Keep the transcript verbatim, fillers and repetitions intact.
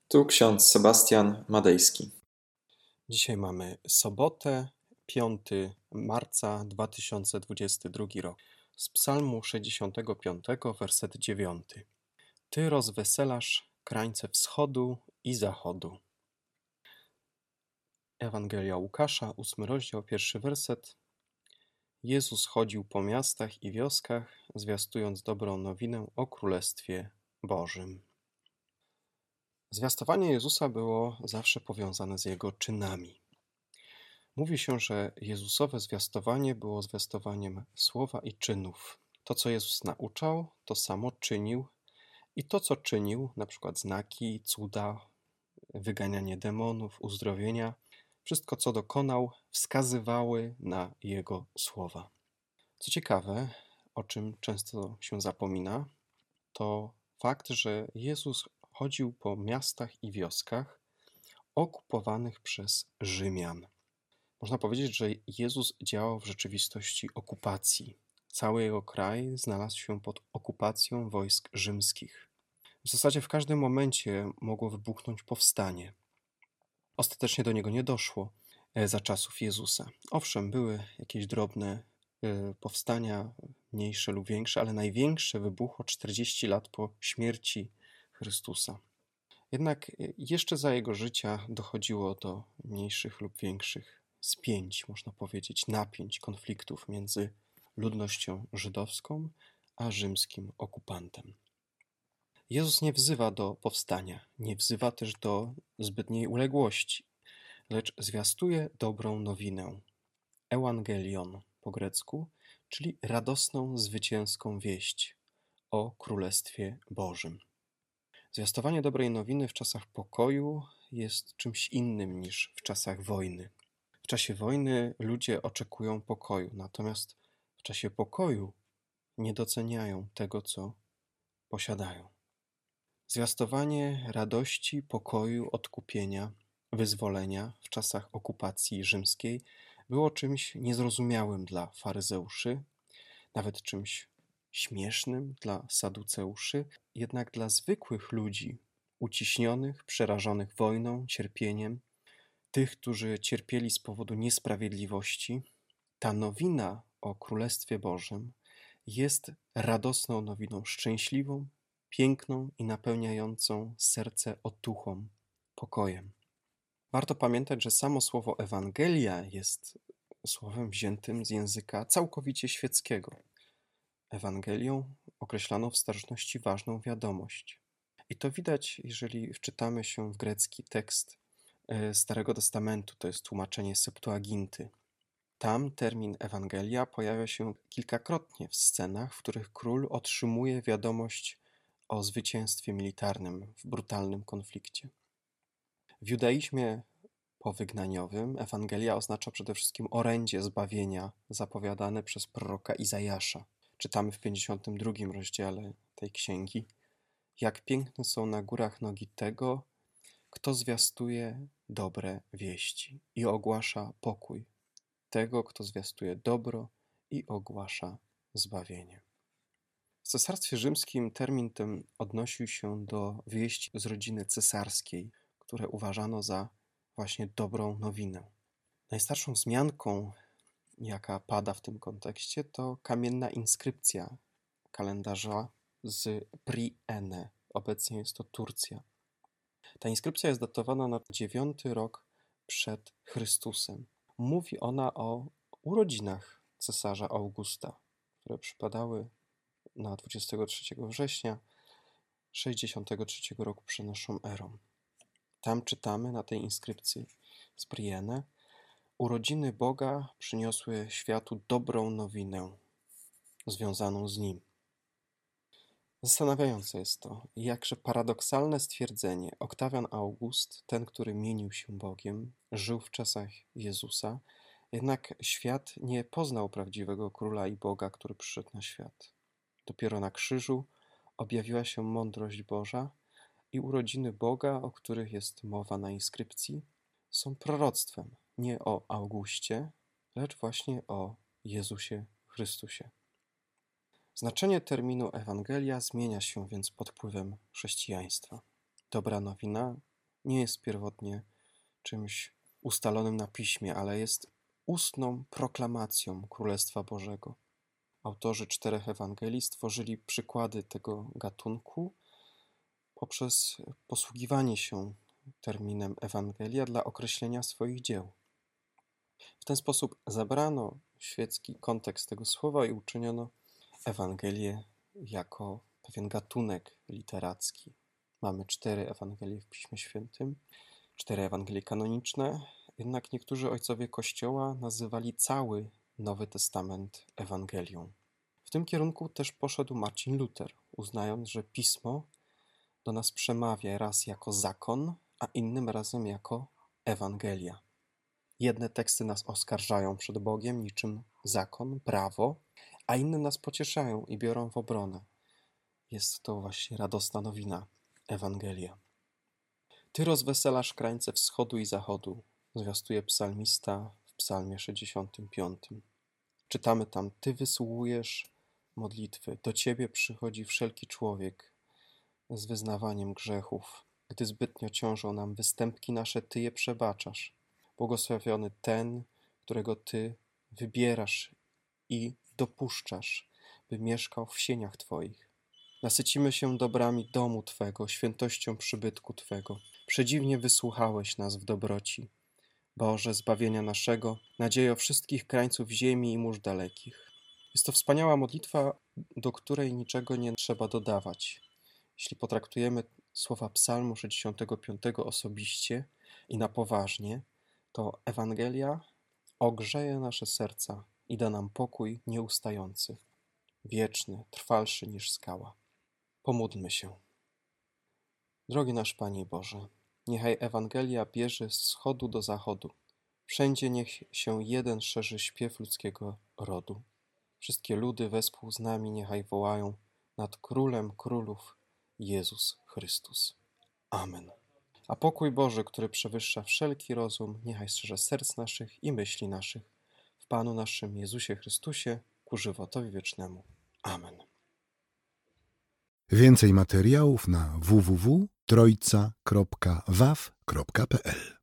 Tu ksiądz Sebastian Madejski. Dzisiaj mamy sobotę, piątego marca dwa tysiące dwudziesty drugi rok. Z psalmu sześćdziesiątego piątego, werset dziewiąty. Ty rozweselasz krańce wschodu i zachodu. Ewangelia Łukasza, ósmy rozdział, pierwszy werset. Jezus chodził po miastach i wioskach, zwiastując dobrą nowinę o Królestwie Bożym. Zwiastowanie Jezusa było zawsze powiązane z Jego czynami. Mówi się, że Jezusowe zwiastowanie było zwiastowaniem słowa i czynów. To, co Jezus nauczał, to samo czynił i to, co czynił, na przykład znaki, cuda, wyganianie demonów, uzdrowienia, wszystko, co dokonał, wskazywały na Jego słowa. Co ciekawe, o czym często się zapomina, to fakt, że Jezus chodził po miastach i wioskach okupowanych przez Rzymian. Można powiedzieć, że Jezus działał w rzeczywistości okupacji. Cały jego kraj znalazł się pod okupacją wojsk rzymskich. W zasadzie w każdym momencie mogło wybuchnąć powstanie. Ostatecznie do niego nie doszło za czasów Jezusa. Owszem, były jakieś drobne powstania, mniejsze lub większe, ale największe wybuchło czterdzieści lat po śmierci Chrystusa. Jednak jeszcze za jego życia dochodziło do mniejszych lub większych spięć, można powiedzieć, napięć, konfliktów między ludnością żydowską a rzymskim okupantem. Jezus nie wzywa do powstania, nie wzywa też do zbytniej uległości, lecz zwiastuje dobrą nowinę, Ewangelion po grecku, czyli radosną, zwycięską wieść o Królestwie Bożym. Zwiastowanie dobrej nowiny w czasach pokoju jest czymś innym niż w czasach wojny. W czasie wojny ludzie oczekują pokoju, natomiast w czasie pokoju nie doceniają tego, co posiadają. Zwiastowanie radości, pokoju, odkupienia, wyzwolenia w czasach okupacji rzymskiej było czymś niezrozumiałym dla faryzeuszy, nawet czymś śmiesznym dla saduceuszy, jednak dla zwykłych ludzi, uciśnionych, przerażonych wojną, cierpieniem, tych, którzy cierpieli z powodu niesprawiedliwości, ta nowina o Królestwie Bożym jest radosną nowiną, szczęśliwą, piękną i napełniającą serce otuchą, pokojem. Warto pamiętać, że samo słowo Ewangelia jest słowem wziętym z języka całkowicie świeckiego. Ewangelią określano w starożytności ważną wiadomość. I to widać, jeżeli wczytamy się w grecki tekst Starego Testamentu, to jest tłumaczenie Septuaginty. Tam termin Ewangelia pojawia się kilkakrotnie w scenach, w których król otrzymuje wiadomość o zwycięstwie militarnym w brutalnym konflikcie. W judaizmie powygnaniowym Ewangelia oznacza przede wszystkim orędzie zbawienia zapowiadane przez proroka Izajasza. Czytamy w pięćdziesiątym drugim rozdziale tej księgi, jak piękne są na górach nogi tego, kto zwiastuje dobre wieści i ogłasza pokój, tego, kto zwiastuje dobro i ogłasza zbawienie. W Cesarstwie Rzymskim termin ten odnosił się do wieści z rodziny cesarskiej, które uważano za właśnie dobrą nowinę. Najstarszą wzmianką, jaka pada w tym kontekście, to kamienna inskrypcja kalendarza z Priene. Obecnie jest to Turcja. Ta inskrypcja jest datowana na dziewiąty rok przed Chrystusem. Mówi ona o urodzinach cesarza Augusta, które przypadały na dwudziestego trzeciego września sześćdziesiątego trzeciego roku przed naszą erą. Tam czytamy na tej inskrypcji z Priene: urodziny Boga przyniosły światu dobrą nowinę związaną z Nim. Zastanawiające jest to, jakże paradoksalne stwierdzenie. Oktawian August, ten, który mienił się Bogiem, żył w czasach Jezusa, jednak świat nie poznał prawdziwego Króla i Boga, który przyszedł na świat. Dopiero na krzyżu objawiła się mądrość Boża i urodziny Boga, o których jest mowa na inskrypcji, są proroctwem nie o Augustie, lecz właśnie o Jezusie Chrystusie. Znaczenie terminu Ewangelia zmienia się więc pod wpływem chrześcijaństwa. Dobra nowina nie jest pierwotnie czymś ustalonym na piśmie, ale jest ustną proklamacją Królestwa Bożego. Autorzy czterech Ewangelii stworzyli przykłady tego gatunku poprzez posługiwanie się terminem Ewangelia dla określenia swoich dzieł. W ten sposób zabrano świecki kontekst tego słowa i uczyniono Ewangelię jako pewien gatunek literacki. Mamy cztery Ewangelie w Piśmie Świętym, cztery Ewangelie kanoniczne, jednak niektórzy ojcowie Kościoła nazywali cały Nowy Testament Ewangelią. W tym kierunku też poszedł Marcin Luter, uznając, że Pismo do nas przemawia raz jako zakon, a innym razem jako Ewangelia. Jedne teksty nas oskarżają przed Bogiem niczym zakon, prawo, a inne nas pocieszają i biorą w obronę. Jest to właśnie radosna nowina, Ewangelia. Ty rozweselasz krańce wschodu i zachodu, zwiastuje psalmista w psalmie sześćdziesiątym piątym. Czytamy tam, Ty wysłuchujesz modlitwy, do Ciebie przychodzi wszelki człowiek z wyznawaniem grzechów. Gdy zbytnio ciążą nam występki nasze, Ty je przebaczasz. Błogosławiony ten, którego Ty wybierasz i dopuszczasz, by mieszkał w sieniach Twoich. Nasycimy się dobrami domu Twego, świętością przybytku Twego. Przedziwnie wysłuchałeś nas w dobroci. Boże, zbawienia naszego, nadziejo wszystkich krańców ziemi i mórz dalekich. Jest to wspaniała modlitwa, do której niczego nie trzeba dodawać. Jeśli potraktujemy słowa psalmu sześćdziesiątego piątego osobiście i na poważnie, to Ewangelia ogrzeje nasze serca i da nam pokój nieustający, wieczny, trwalszy niż skała. Pomódlmy się. Drogi nasz Panie Boże, niechaj Ewangelia bierze z wschodu do zachodu. Wszędzie niech się jeden szerzy śpiew ludzkiego rodu. Wszystkie ludy wespół z nami niechaj wołają nad Królem Królów Jezus Chrystus. Amen. A pokój Boży, który przewyższa wszelki rozum, niechaj strzeże serc naszych i myśli naszych. W Panu naszym Jezusie Chrystusie, ku żywotowi wiecznemu. Amen. Więcej materiałów na w w w kropka trojca kropka w a w kropka p l